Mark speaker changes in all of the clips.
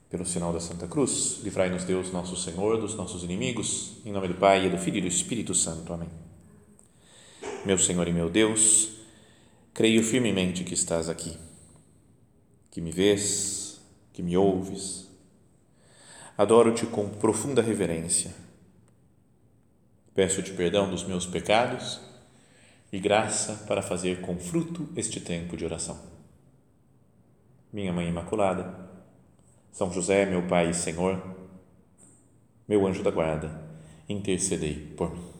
Speaker 1: Pelo sinal da Santa Cruz, livrai-nos Deus, nosso Senhor, dos nossos inimigos, em nome do Pai, e do Filho e do Espírito Santo. Amém. Meu Senhor e meu Deus, creio firmemente que estás aqui, que me vês, que me ouves. Adoro-te com profunda reverência. Peço-te perdão dos meus pecados e graça para fazer com fruto este tempo de oração. Minha Mãe Imaculada, São José, meu Pai e Senhor, meu anjo da guarda, intercedei por mim.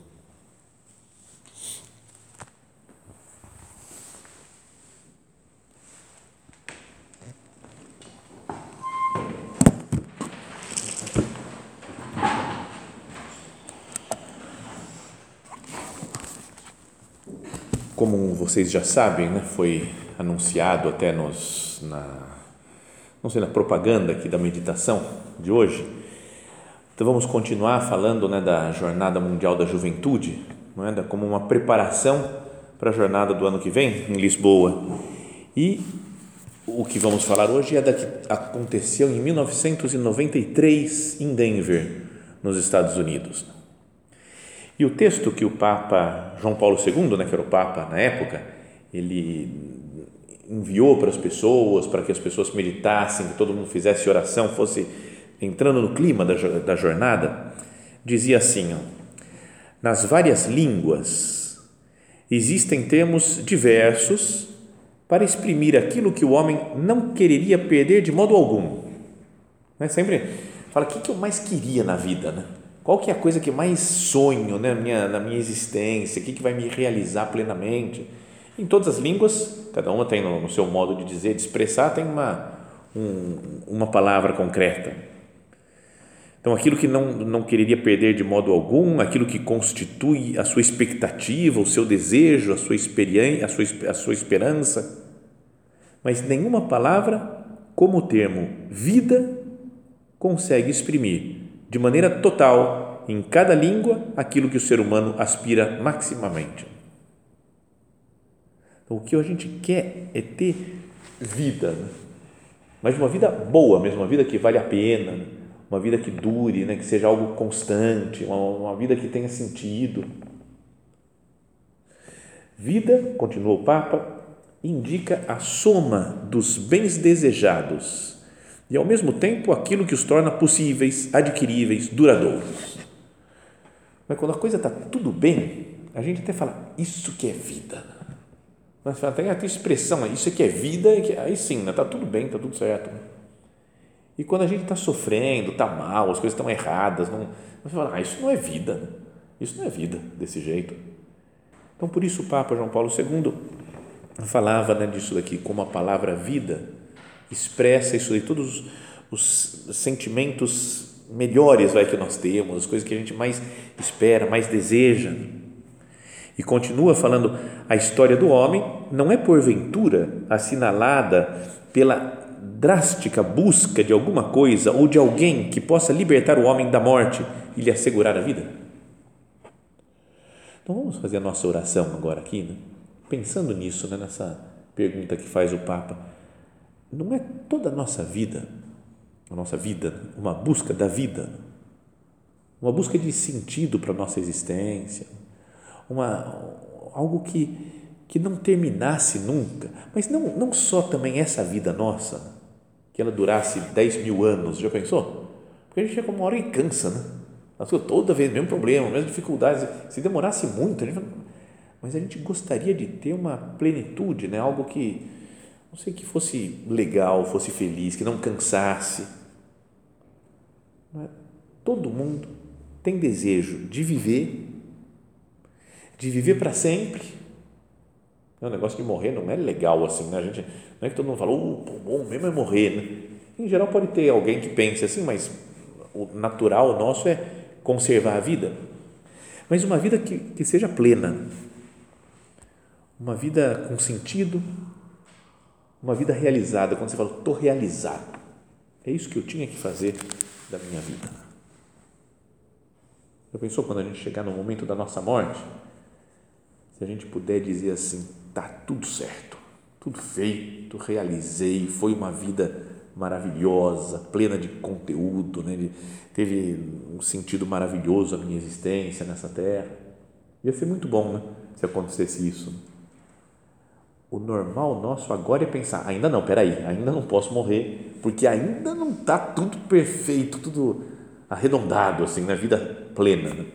Speaker 1: Como vocês já sabem, né, foi anunciado até na propaganda aqui da meditação de hoje. Então vamos continuar falando, né, da Jornada Mundial da Juventude, não é, como uma preparação para a jornada do ano que vem em Lisboa. E o que vamos falar hoje é da que aconteceu em 1993 em Denver, nos Estados Unidos. E o texto que o Papa João Paulo II, né, que era o Papa na época, ele enviou para as pessoas, para que as pessoas meditassem, que todo mundo fizesse oração, fosse entrando no clima da jornada, dizia assim: nas várias línguas existem termos diversos para exprimir aquilo que o homem não quereria perder de modo algum. Né? Sempre fala, o que eu mais queria na vida, né? Qual que é a coisa que mais sonho, né, na minha existência, o que vai me realizar plenamente? Em todas as línguas, cada uma tem no seu modo de dizer, de expressar, tem uma palavra concreta. Então, aquilo que não quereria perder de modo algum, aquilo que constitui a sua expectativa, o seu desejo, a sua experiência, a sua esperança, mas nenhuma palavra, como o termo vida, consegue exprimir de maneira total, em cada língua, aquilo que o ser humano aspira maximamente. Então, o que a gente quer é ter vida, né? Mas uma vida boa mesmo, uma vida que vale a pena, né? Uma vida que dure, né? Que seja algo constante, uma vida que tenha sentido. Vida, continua o Papa, indica a soma dos bens desejados e, ao mesmo tempo, aquilo que os torna possíveis, adquiríveis, duradouros. Mas quando a coisa está tudo bem, a gente até fala, isso que é vida. Mas tem a expressão, isso que é vida, aí sim, está tudo bem, está tudo certo. E quando a gente está sofrendo, está mal, as coisas estão erradas, você fala, isso não é vida, isso não é vida desse jeito. Então, por isso o Papa João Paulo II falava, né, disso daqui, como a palavra vida expressa isso de todos os sentimentos melhores que nós temos, as coisas que a gente mais espera, mais deseja. E continua falando, a história do homem não é porventura assinalada pela drástica busca de alguma coisa ou de alguém que possa libertar o homem da morte e lhe assegurar a vida? Então vamos fazer a nossa oração agora aqui, né? Pensando nisso, né? Nessa pergunta que faz o Papa. Não é toda a nossa vida, uma busca da vida, uma busca de sentido para a nossa existência, algo que não terminasse nunca, mas não só também essa vida nossa, que ela durasse 10 mil anos, já pensou? Porque a gente chega uma hora e cansa, né? Toda vez, mesmo problema, mesmo dificuldades, se demorasse muito, mas a gente gostaria de ter uma plenitude, né? Algo que, não sei, que fosse legal, fosse feliz, que não cansasse. Não é? Todo mundo tem desejo de viver para sempre. O negócio de morrer não é legal assim, né? A gente, não é que todo mundo fala, bom mesmo é morrer, né? Em geral pode ter alguém que pense assim, mas o natural nosso é conservar a vida. Mas uma vida que seja plena, uma vida com sentido, uma vida realizada. Quando você fala, estou realizado, é isso que eu tinha que fazer da minha vida. Já pensou quando a gente chegar no momento da nossa morte, se a gente puder dizer assim, está tudo certo, tudo feito, realizei, foi uma vida maravilhosa, plena de conteúdo, né? Teve um sentido maravilhoso a minha existência nessa terra. Ia ser muito bom, né? Se acontecesse isso. O normal nosso agora é pensar, ainda não, peraí, ainda não posso morrer, porque ainda não está tudo perfeito, tudo arredondado, assim, na vida plena. Né?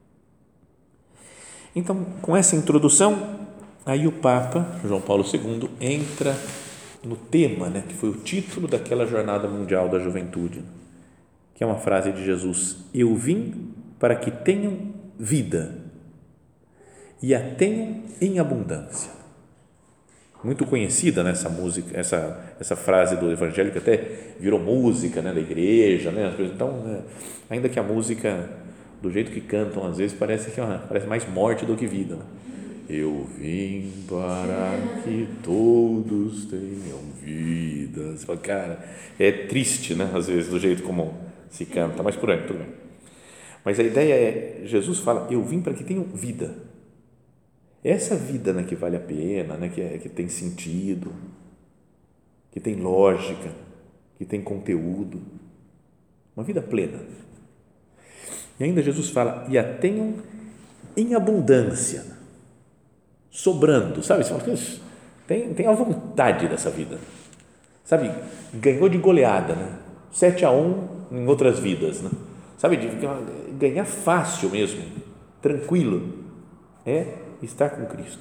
Speaker 1: Então, com essa introdução, aí o Papa João Paulo II entra no tema, né, que foi o título daquela Jornada Mundial da Juventude, que é uma frase de Jesus: eu vim para que tenham vida e a tenham em abundância. Muito conhecida nessa música, essa frase do Evangelho, que até virou música, né, da igreja, né, então, ainda que a música, do jeito que cantam, às vezes parece mais morte do que vida. Né? Eu vim para que todos tenham vida. Você fala, cara, é triste, né, às vezes, do jeito como se canta, mas por aí, tudo bem. Mas a ideia é, Jesus fala, eu vim para que tenham vida. Essa vida, né, que vale a pena, né, que tem sentido, que tem lógica, que tem conteúdo, uma vida plena. E ainda Jesus fala, e a tenham em abundância, sobrando, sabe? Você fala, tem a vontade dessa vida, sabe? Ganhou de goleada, né? 7-1 em outras vidas, né? Sabe? De ganhar fácil mesmo, tranquilo, estar com Cristo.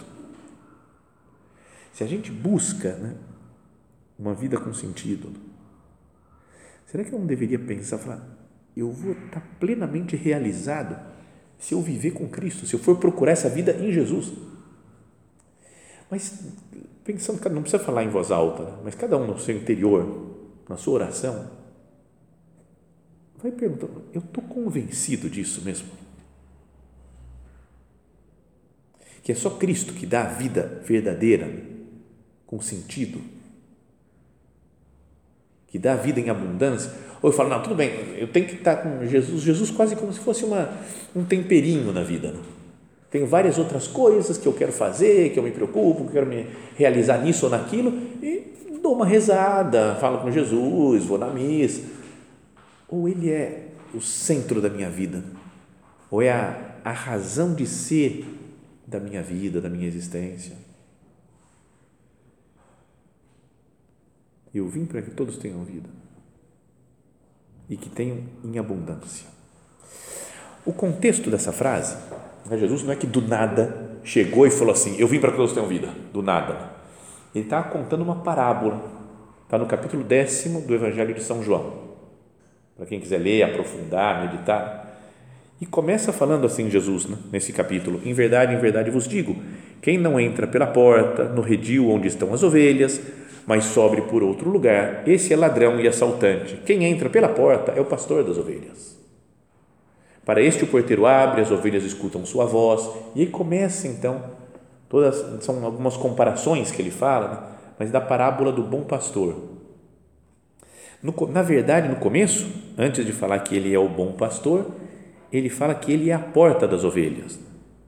Speaker 1: Se a gente busca, né, uma vida com sentido, será que eu não deveria pensar, falar, eu vou estar plenamente realizado se eu viver com Cristo, se eu for procurar essa vida em Jesus? Mas pensando, não precisa falar em voz alta, né, mas cada um no seu interior, na sua oração, vai perguntando, eu estou convencido disso mesmo? Que é só Cristo que dá a vida verdadeira, com sentido, que dá a vida em abundância? Ou eu falo, não, tudo bem, eu tenho que estar com Jesus quase como se fosse um temperinho na vida. Né? Tenho várias outras coisas que eu quero fazer, que eu me preocupo, que eu quero me realizar nisso ou naquilo, e dou uma rezada, falo com Jesus, vou na missa. Ou ele é o centro da minha vida, ou é a razão de ser da minha vida, da minha existência. Eu vim para que todos tenham vida e que tenham em abundância. O contexto dessa frase, Jesus não é que do nada chegou e falou assim, eu vim para que todos tenham vida, do nada. Ele está contando uma parábola, está no capítulo 10 do Evangelho de São João, para quem quiser ler, aprofundar, meditar. E começa falando assim Jesus, né, nesse capítulo, em verdade vos digo, quem não entra pela porta, no redil onde estão as ovelhas, mas sobe por outro lugar, esse é ladrão e assaltante. Quem entra pela porta é o pastor das ovelhas. Para este o porteiro abre, as ovelhas escutam sua voz, e aí começa então, são algumas comparações que ele fala, né, mas da parábola do bom pastor. Na verdade, no começo, antes de falar que ele é o bom pastor, ele fala que ele é a porta das ovelhas.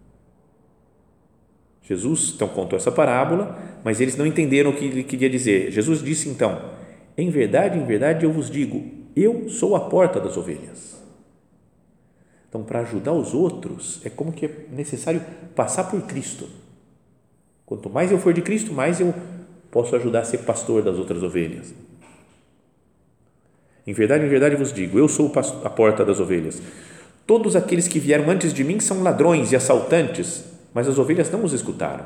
Speaker 1: Jesus então contou essa parábola, mas eles não entenderam o que ele queria dizer. Jesus disse então, em verdade eu vos digo, eu sou a porta das ovelhas. Então, para ajudar os outros, é como que é necessário passar por Cristo. Quanto mais eu for de Cristo, mais eu posso ajudar a ser pastor das outras ovelhas. Em verdade vos digo, eu sou a porta das ovelhas. Todos aqueles que vieram antes de mim são ladrões e assaltantes, mas as ovelhas não os escutaram.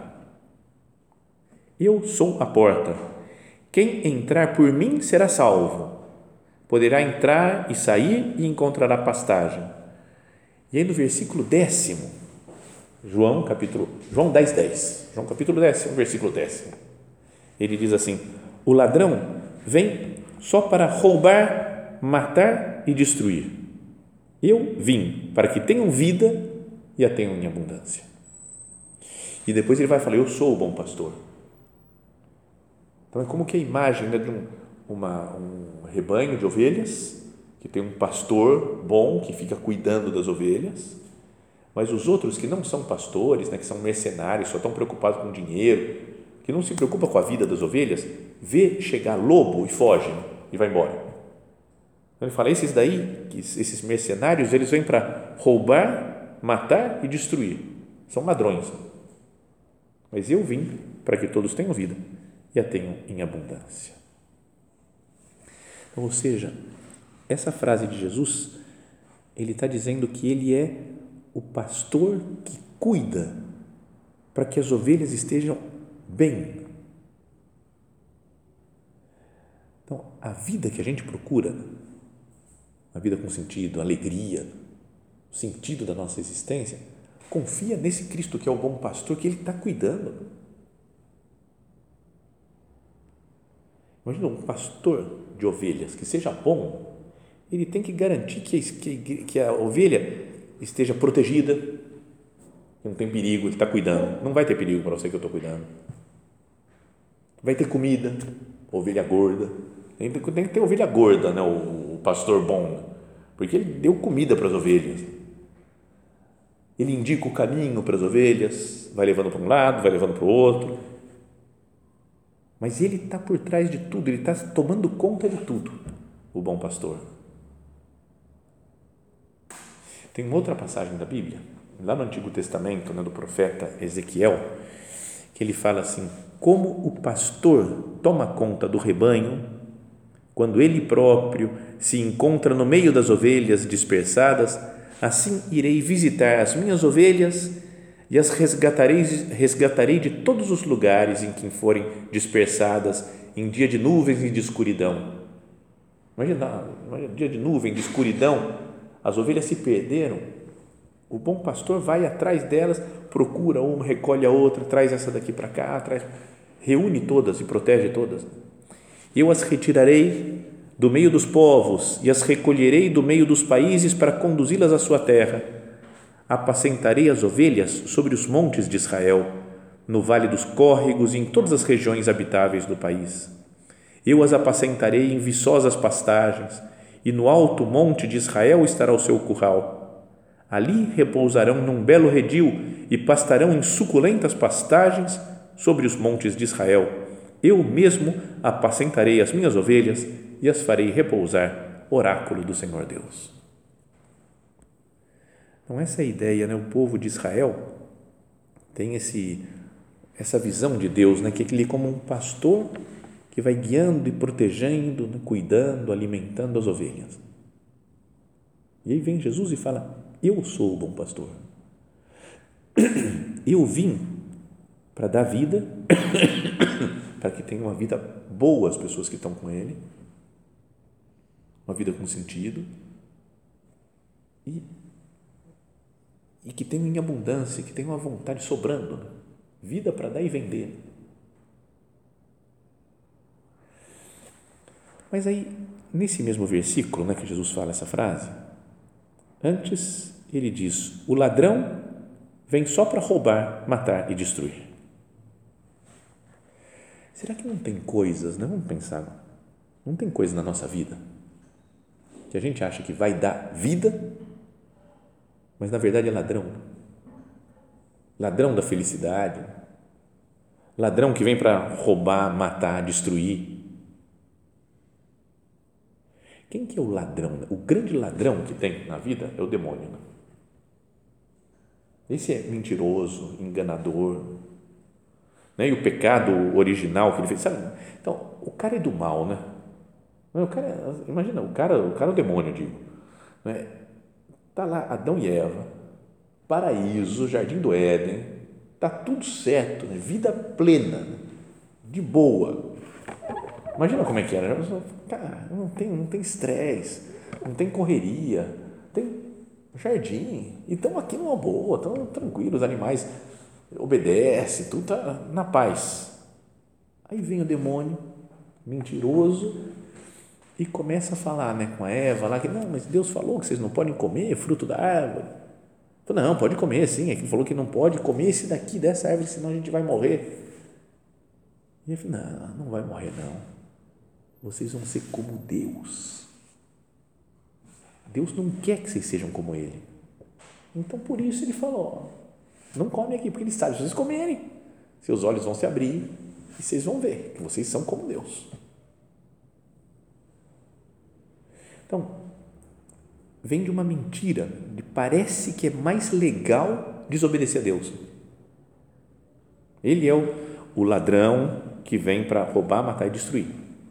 Speaker 1: Eu sou a porta. Quem entrar por mim será salvo. Poderá entrar e sair e encontrará pastagem. E aí no versículo 10, João capítulo 10, versículo 10, ele diz assim, o ladrão vem só para roubar, matar e destruir. Eu vim para que tenham vida e a tenham em abundância. E depois ele vai falar, eu sou o bom pastor. Então é como que a imagem, né, de um rebanho de ovelhas, que tem um pastor bom que fica cuidando das ovelhas, mas os outros que não são pastores, né, que são mercenários, só estão preocupados com dinheiro, que não se preocupa com a vida das ovelhas, vê chegar lobo e foge, e vai embora. Então ele fala, esses mercenários, eles vêm para roubar, matar e destruir. São ladrões. Mas eu vim para que todos tenham vida e a tenham em abundância. Então, ou seja, essa frase de Jesus, ele está dizendo que ele é o pastor que cuida para que as ovelhas estejam bem. Então, a vida que a gente procura, a vida com sentido, alegria, o sentido da nossa existência, confia nesse Cristo que é o bom pastor, que ele está cuidando. Imagina um pastor de ovelhas que seja bom, ele tem que garantir que a ovelha esteja protegida, que não tem perigo, ele está cuidando. Não vai ter perigo para você que eu estou cuidando. Vai ter comida, ovelha gorda. Tem que ter ovelha gorda, né? O pastor bom, porque ele deu comida para as ovelhas. Ele indica o caminho para as ovelhas, vai levando para um lado, vai levando para o outro. Mas ele está por trás de tudo, ele está tomando conta de tudo, o bom pastor. Tem uma outra passagem da Bíblia, lá no Antigo Testamento, né, do profeta Ezequiel, que ele fala assim, como o pastor toma conta do rebanho, quando ele próprio se encontra no meio das ovelhas dispersadas, assim irei visitar as minhas ovelhas e as resgatarei de todos os lugares em que forem dispersadas em dia de nuvens e de escuridão. Imagina dia de nuvem, de escuridão, as ovelhas se perderam, o bom pastor vai atrás delas, procura uma, recolhe a outra, traz essa daqui para cá, reúne todas e protege todas. Eu as retirarei do meio dos povos e as recolherei do meio dos países para conduzi-las à sua terra. Apacentarei as ovelhas sobre os montes de Israel, no vale dos córregos e em todas as regiões habitáveis do país. Eu as apacentarei em viçosas pastagens, e no alto monte de Israel estará o seu curral. Ali repousarão num belo redil e pastarão em suculentas pastagens sobre os montes de Israel. Eu mesmo apacentarei as minhas ovelhas e as farei repousar, oráculo do Senhor Deus. Então, essa é a ideia, né? O povo de Israel tem essa visão de Deus, né? Que ele é como um pastor que vai guiando e protegendo, né? Cuidando, alimentando as ovelhas. E aí vem Jesus e fala, eu sou o bom pastor. Eu vim para dar vida, para que tenham uma vida boa as pessoas que estão com Ele, uma vida com sentido, e que tenham em abundância, que tenham a vontade sobrando, né? Vida para dar e vender. Mas aí, nesse mesmo versículo, né, que Jesus fala essa frase, antes ele diz, o ladrão vem só para roubar, matar e destruir. Será que não tem coisas, né? Vamos pensar, não tem coisa na nossa vida que a gente acha que vai dar vida, mas na verdade é ladrão. Ladrão da felicidade, ladrão que vem para roubar, matar, destruir. Quem que é o ladrão? O grande ladrão que tem na vida é o demônio. Né? Esse é mentiroso, enganador, né? E o pecado original que ele fez, sabe? Então, o cara é do mal, né? O cara, imagina, o cara é o demônio, digo, né? Tá lá Adão e Eva, paraíso, jardim do Éden, tá tudo certo, né? Vida plena, né? De boa. Imagina como é que era. Cara, não tem estresse, não tem correria, tem jardim, e estão aqui numa boa, estão tranquilos, os animais obedecem, tudo está na paz. Aí vem o demônio, mentiroso, e começa a falar, né, com a Eva lá, que não, mas Deus falou que vocês não podem comer fruto da árvore. Falei, não, pode comer sim, é que falou que não pode comer esse daqui, dessa árvore, senão a gente vai morrer. E eu falei, não vai morrer não. Vocês vão ser como Deus. Deus não quer que vocês sejam como Ele. Então, por isso Ele falou, não come aqui, porque Ele sabe, se vocês comerem, seus olhos vão se abrir e vocês vão ver que vocês são como Deus. Então, vem de uma mentira, parece que é mais legal desobedecer a Deus. Ele é o ladrão que vem para roubar, matar e destruir.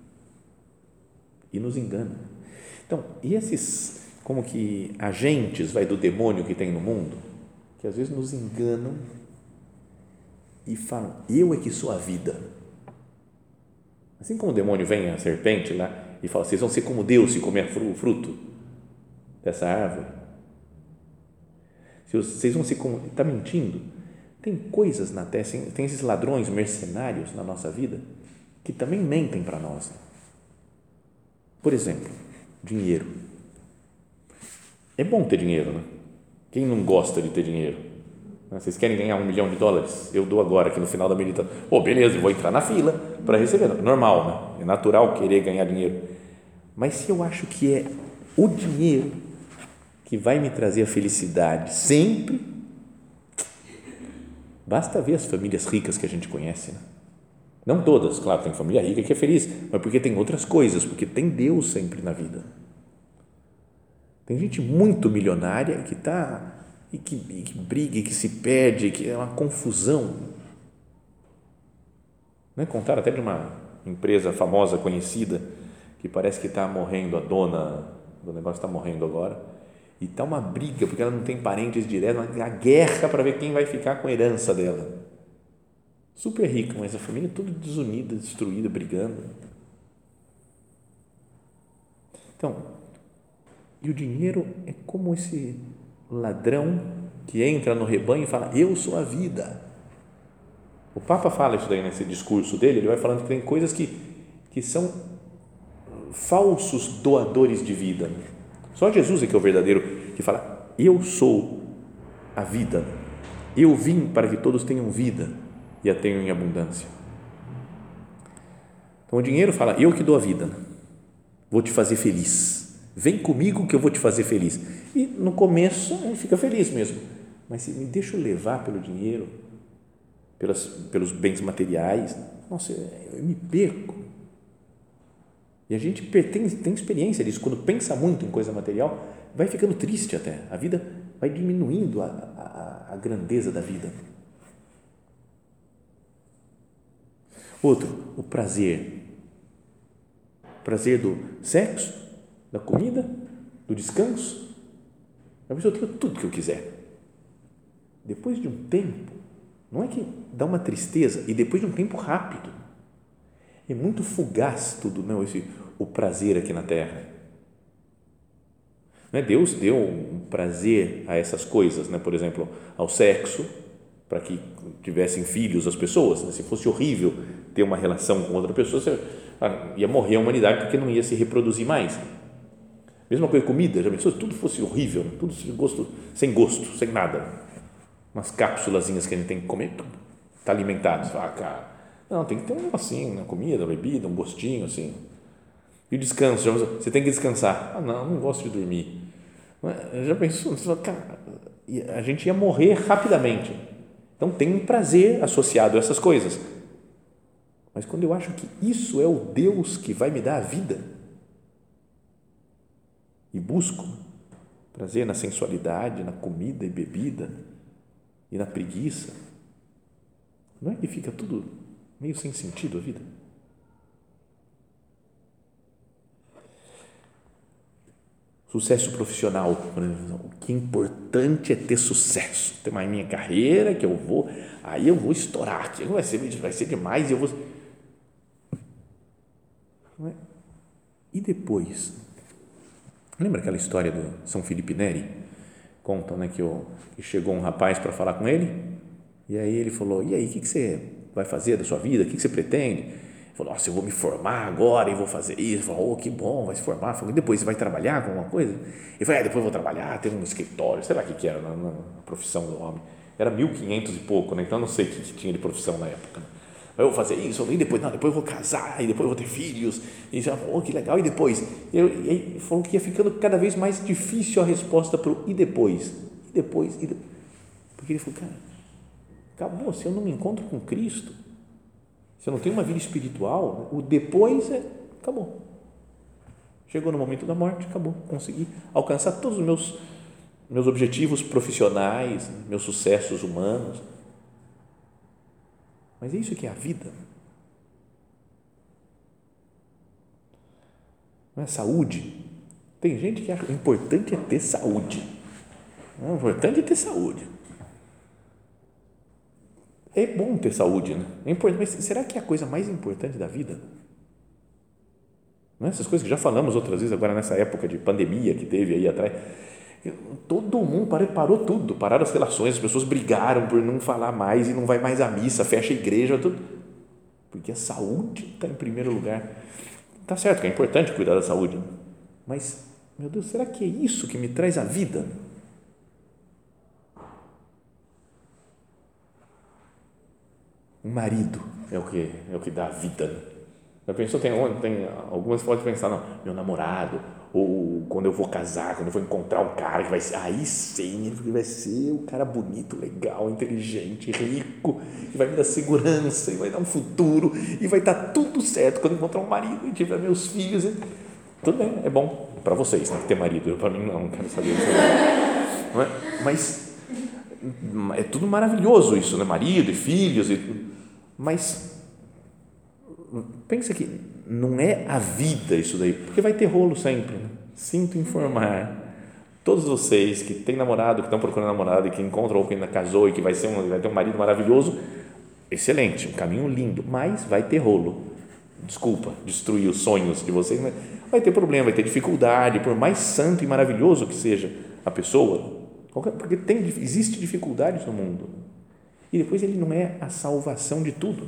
Speaker 1: E nos engana. Então, e esses como que agentes do demônio que tem no mundo, que às vezes nos enganam e falam, eu é que sou a vida. Assim como o demônio vem, a serpente lá, e fala, vocês vão ser como Deus se comer o fruto dessa árvore. Vocês vão ser como... Está mentindo. Tem coisas na terra, tem esses ladrões mercenários na nossa vida que também mentem para nós. Por exemplo, dinheiro. É bom ter dinheiro, né? Quem não gosta de ter dinheiro? Vocês querem ganhar $1 milhão? Eu dou agora, aqui no final da meditação. Beleza, eu vou entrar na fila para receber. Normal, né? É natural querer ganhar dinheiro. Mas se eu acho que é o dinheiro que vai me trazer a felicidade sempre, basta ver as famílias ricas que a gente conhece, né? Não todas, claro, tem família rica que é feliz, mas porque tem outras coisas, porque tem Deus sempre na vida. Tem gente muito milionária que está e que briga, e que se perde, que é uma confusão. Né? Contaram até de uma empresa famosa, conhecida, que parece que está morrendo, a dona do negócio está morrendo agora, e está uma briga, porque ela não tem parentes diretos, uma guerra para ver quem vai ficar com a herança dela. Super rica, mas a família toda desunida, destruída, brigando. Então, e o dinheiro é como esse ladrão que entra no rebanho e fala, eu sou a vida. O Papa fala isso daí nesse discurso dele, ele vai falando que tem coisas que são falsos doadores de vida. Só Jesus é que é o verdadeiro, que fala, eu sou a vida. Eu vim para que todos tenham vida e a tenham em abundância. Então o dinheiro fala, eu que dou a vida, vou te fazer feliz, vem comigo que eu vou te fazer feliz, e no começo ele fica feliz mesmo, mas se me deixo levar pelo dinheiro, pelos bens materiais, nossa, eu me perco. E a gente tem experiência disso, quando pensa muito em coisa material, vai ficando triste até, a vida vai diminuindo a grandeza da vida. Outro, o prazer do sexo, da comida, do descanso. A pessoa tem tudo que eu quiser. Depois de um tempo, não é que dá uma tristeza, e depois de um tempo rápido, é muito fugaz tudo, não, o prazer aqui na terra. Não é? Deus deu um prazer a essas coisas, né? Por exemplo, ao sexo, para que tivessem filhos as pessoas, né? Se fosse horrível ter uma relação com outra pessoa, ia morrer a humanidade porque não ia se reproduzir mais. Mesma coisa, comida, já pensou, se tudo fosse horrível, tudo sem gosto, sem nada, umas cápsulazinhas que a gente tem que comer, está alimentado, cara, não, tem que ter um negocinho, uma comida, uma bebida, um gostinho assim. E o descanso, você tem que descansar. Não gosto de dormir. Já pensou, cara, a gente ia morrer rapidamente. Então tem um prazer associado a essas coisas. Mas quando eu acho que isso é o Deus que vai me dar a vida, e busco prazer na sensualidade, na comida e bebida, e na preguiça, não é que fica tudo meio sem sentido a vida? Sucesso profissional, o que é importante é ter sucesso, ter uma minha carreira que aí eu vou estourar, aqui vai ser demais, e eu vou. Não é? E depois, lembra aquela história do São Felipe Neri? Contam, né, que chegou um rapaz para falar com ele, e aí ele falou, e aí, o que você vai fazer da sua vida, o que você pretende? Ele falou, nossa, eu vou me formar agora e vou fazer isso. Ele falou, que bom, vai se formar. Falou, e depois você vai trabalhar com alguma coisa? Ele falou, depois eu vou trabalhar, ter um escritório, sei lá o que era na profissão do homem, era 1500 e pouco, né? Então não sei o que tinha de profissão na época, né? Eu vou fazer isso, e depois eu vou casar, e depois eu vou ter filhos, e já, que legal, e depois? E ele falou que ia ficando cada vez mais difícil a resposta para o e depois? E depois? Porque ele falou, cara, acabou, se eu não me encontro com Cristo, se eu não tenho uma vida espiritual, o depois acabou. Chegou no momento da morte, acabou, consegui alcançar todos os meus objetivos profissionais, meus sucessos humanos. Mas é isso que é a vida. Não é saúde? Tem gente que acha que o importante é ter saúde. O importante é ter saúde. É bom ter saúde, né? É importante, mas será que é a coisa mais importante da vida? Não é? Essas coisas que já falamos outras vezes, agora nessa época de pandemia que teve aí atrás, todo mundo parou tudo, pararam as relações, as pessoas brigaram por não falar mais e não vai mais à missa, fecha a igreja, tudo, porque a saúde está em primeiro lugar. Está certo que é importante cuidar da saúde, mas, meu Deus, será que é isso que me traz a vida? Um marido é o que dá a vida. Já pensou, tem algumas podem pensar, não, meu namorado, ou quando eu vou casar, quando eu vou encontrar um cara que vai ser, aí sim, ele vai ser um cara bonito, legal, inteligente, rico, que vai me dar segurança, e vai dar um futuro, e vai estar tudo certo quando eu encontrar um marido e tiver meus filhos. Tudo bem, é bom para vocês, né, ter marido, para mim não quero saber disso. Não é? Mas é tudo maravilhoso isso, né? Marido e filhos, mas pensa que não é a vida isso daí, porque vai ter rolo sempre, né? Sinto informar todos vocês que têm namorado, que estão procurando namorado e que encontram ou que ainda casou e que vai ter um marido maravilhoso, excelente, um caminho lindo, mas vai ter rolo. Desculpa destruir os sonhos de vocês, mas vai ter problema, vai ter dificuldade, por mais santo e maravilhoso que seja a pessoa, porque existe dificuldades no mundo, e depois ele não é a salvação de tudo.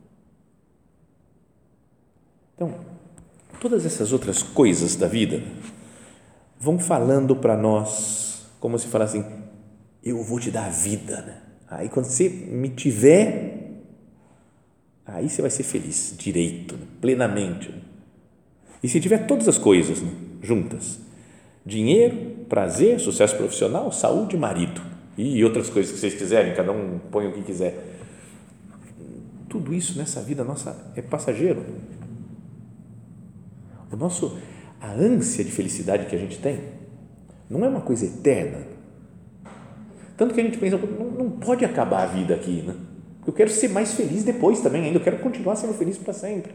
Speaker 1: Então, todas essas outras coisas da vida vão falando para nós, como se fala assim, eu vou te dar a vida, né? Aí quando você me tiver, aí você vai ser feliz, direito, né? Plenamente. Né? E se tiver todas as coisas, né, juntas, dinheiro, prazer, sucesso profissional, saúde, marido e outras coisas que vocês quiserem, cada um põe o que quiser, tudo isso nessa vida nossa é passageiro. A ânsia de felicidade que a gente tem não é uma coisa eterna, tanto que a gente pensa, não pode acabar a vida aqui, né? Eu quero ser mais feliz depois também, ainda eu quero continuar sendo feliz para sempre.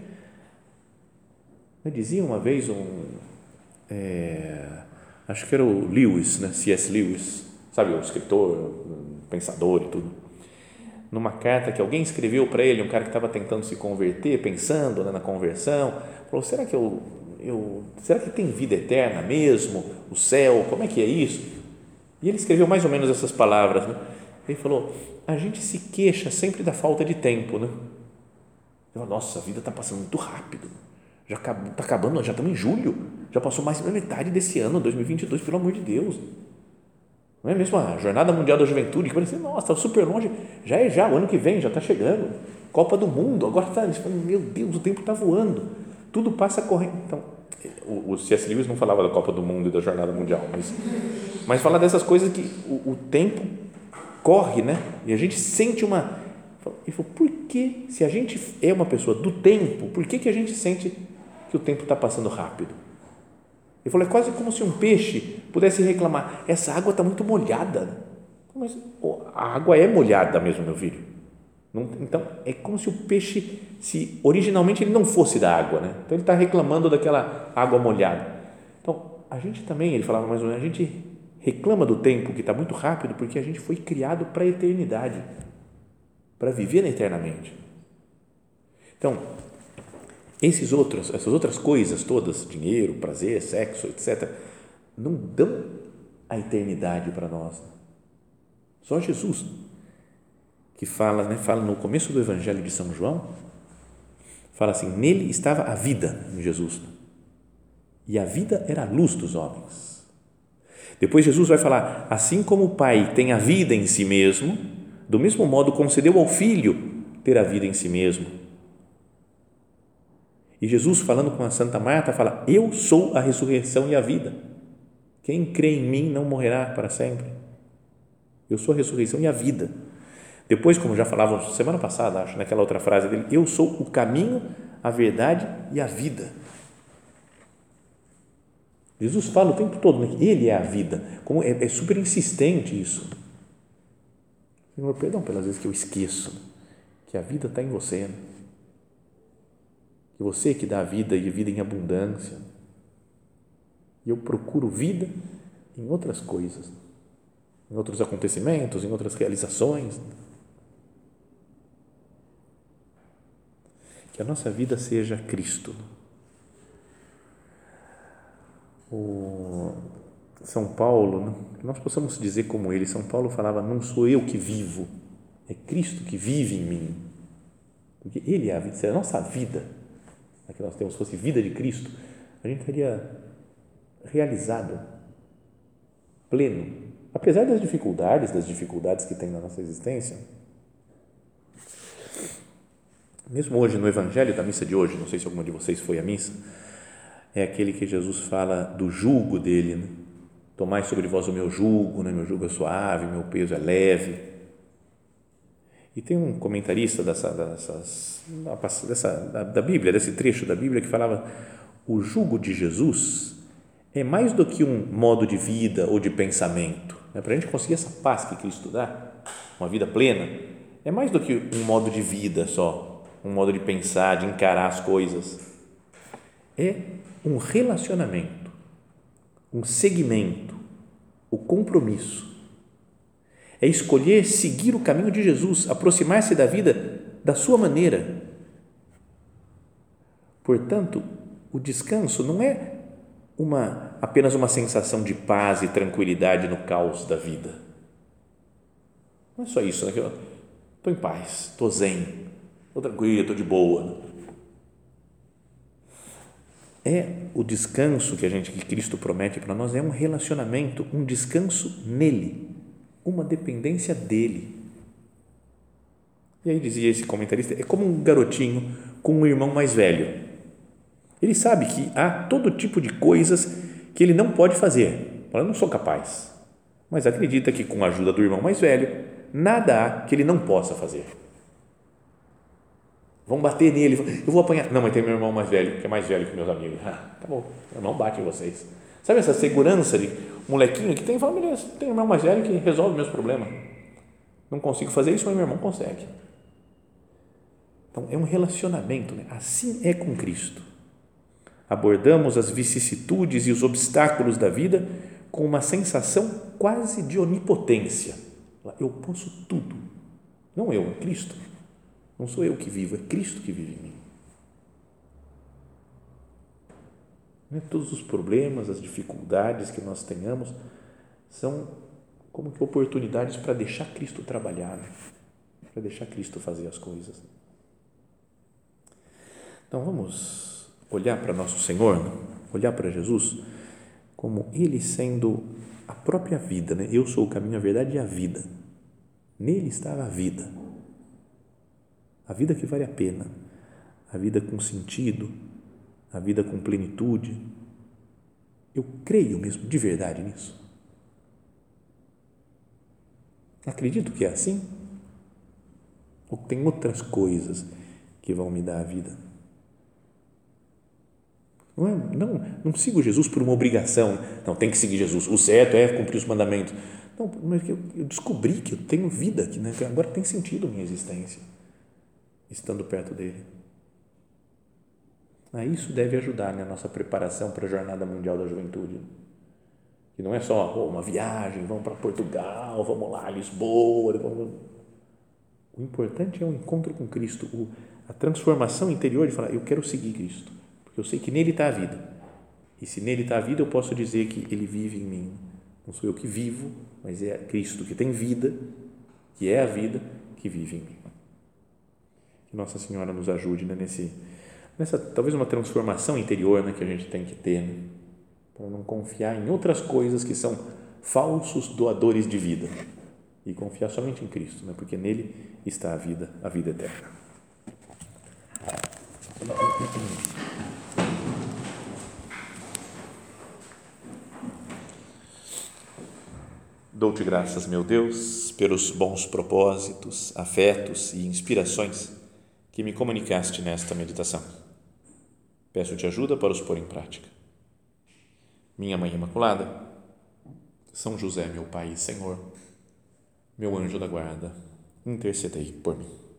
Speaker 1: Eu dizia uma vez acho que era o Lewis, né? C.S. Lewis, sabe, o escritor, pensador e tudo, numa carta que alguém escreveu para ele, um cara que estava tentando se converter, pensando, né, na conversão, falou, será que tem vida eterna mesmo? O céu, como é que é isso? E ele escreveu mais ou menos essas palavras, né? Ele falou, a gente se queixa sempre da falta de tempo, né? Falo, nossa, a vida está passando muito rápido, já está acabando, já estamos em julho, já passou mais da metade desse ano, 2022, pelo amor de Deus. Não é mesmo a Jornada Mundial da Juventude, que parece, nossa, está super longe, já, o ano que vem já está chegando, Copa do Mundo, agora está, meu Deus, o tempo está voando, tudo passa correndo. Então, o C.S. Lewis não falava da Copa do Mundo e da Jornada Mundial, mas fala dessas coisas que o tempo corre, né? E a gente sente ele falou, por que, se a gente é uma pessoa do tempo, por que a gente sente que o tempo está passando rápido? Ele falou, é quase como se um peixe pudesse reclamar, essa água está muito molhada. Mas a água é molhada mesmo, meu filho. Então, é como se o peixe, se originalmente ele não fosse da água, né? Então ele está reclamando daquela água molhada. Então, a gente também, ele falava mais ou menos, a gente reclama do tempo que está muito rápido porque a gente foi criado para a eternidade, para viver eternamente. Então, essas outras coisas todas, dinheiro, prazer, sexo, etc., não dão a eternidade para nós. Só Jesus que fala no começo do Evangelho de São João, fala assim, nele estava a vida, em Jesus, e a vida era a luz dos homens. Depois Jesus vai falar, assim como o Pai tem a vida em si mesmo, do mesmo modo concedeu ao Filho ter a vida em si mesmo. E Jesus, falando com a Santa Marta, fala, eu sou a ressurreição e a vida, quem crê em mim não morrerá para sempre, eu sou a ressurreição e a vida. Depois, como já falávamos semana passada, acho, naquela outra frase dele, eu sou o caminho, a verdade e a vida. Jesus fala o tempo todo, né, que Ele é a vida. Como é super insistente isso. Senhor, perdão pelas vezes que eu esqueço que a vida está em você, né? Que você que dá a vida e vida em abundância. E eu procuro vida em outras coisas, em outros acontecimentos, em outras realizações. Que a nossa vida seja Cristo. O São Paulo, né? Que nós possamos dizer como ele. São Paulo falava: não sou eu que vivo, é Cristo que vive em mim. Porque Ele é a vida. Se a nossa vida, a que nós temos, fosse vida de Cristo, a gente estaria realizado, pleno, apesar das dificuldades que tem na nossa existência. Mesmo hoje no Evangelho da missa de hoje, não sei se alguma de vocês foi à missa, é aquele que Jesus fala do jugo dele, né? Tomai sobre vós o meu jugo, né? Meu jugo é suave, meu peso é leve. E tem um comentarista da Bíblia, desse trecho da Bíblia, que falava: o jugo de Jesus é mais do que um modo de vida ou de pensamento. Para a gente conseguir essa paz que Cristo dá, uma vida plena, é mais do que um modo de vida só, um modo de pensar, de encarar as coisas. É um relacionamento, um seguimento, o compromisso. É escolher seguir o caminho de Jesus, aproximar-se da vida da sua maneira. Portanto, o descanso não é apenas uma sensação de paz e tranquilidade no caos da vida. Não é só isso, né? Estou em paz, estou zen, estou tranquilo, estou de boa. É o descanso que Cristo promete para nós, é um relacionamento, um descanso nele, uma dependência dele. E aí dizia esse comentarista, é como um garotinho com um irmão mais velho. Ele sabe que há todo tipo de coisas que ele não pode fazer. Eu não sou capaz, mas acredita que com a ajuda do irmão mais velho, nada há que ele não possa fazer. Vão bater nele, eu vou apanhar. Não, mas tem meu irmão mais velho, que é mais velho que meus amigos. Tá bom, meu irmão bate em vocês. Sabe essa segurança de molequinho que tem? Fala, beleza, tem um irmão mais velho que resolve meus problemas. Não consigo fazer isso, mas meu irmão consegue. Então, é um relacionamento, né? Assim é com Cristo. Abordamos as vicissitudes e os obstáculos da vida com uma sensação quase de onipotência. Eu posso tudo. Não eu, é Cristo. Não sou eu que vivo, é Cristo que vive em mim. Todos os problemas, as dificuldades que nós tenhamos são como que oportunidades para deixar Cristo trabalhar, para deixar Cristo fazer as coisas. Então vamos olhar para nosso Senhor, olhar para Jesus como Ele sendo a própria vida, né? Eu sou o caminho, a verdade e a vida. Nele está a vida que vale a pena, a vida com sentido, a vida com plenitude. Eu creio mesmo de verdade nisso. Acredito que é assim? Ou tem outras coisas que vão me dar a vida? Não sigo Jesus por uma obrigação. Não, tem que seguir Jesus. O certo é cumprir os mandamentos. Não, mas eu descobri que eu tenho vida aqui, né? Que agora tem sentido a minha existência, estando perto dele. Isso deve ajudar na nossa preparação para a Jornada Mundial da Juventude. Que não é só uma viagem, vamos para Portugal, vamos lá, Lisboa. O importante é o encontro com Cristo, a transformação interior de falar, eu quero seguir Cristo, porque eu sei que nele está a vida. E se nele está a vida, eu posso dizer que ele vive em mim. Não sou eu que vivo, mas é Cristo que tem vida, que é a vida, que vive em mim. Que Nossa Senhora nos ajude, né, nessa talvez uma transformação interior, né, que a gente tem que ter, né, para não confiar em outras coisas que são falsos doadores de vida e confiar somente em Cristo, né, porque nele está a vida eterna. Dou-te graças, meu Deus, pelos bons propósitos, afetos e inspirações que me comunicaste nesta meditação. Peço-te ajuda para os pôr em prática. minha Mãe Imaculada, São José, meu Pai e Senhor, meu anjo da guarda, intercedei por mim.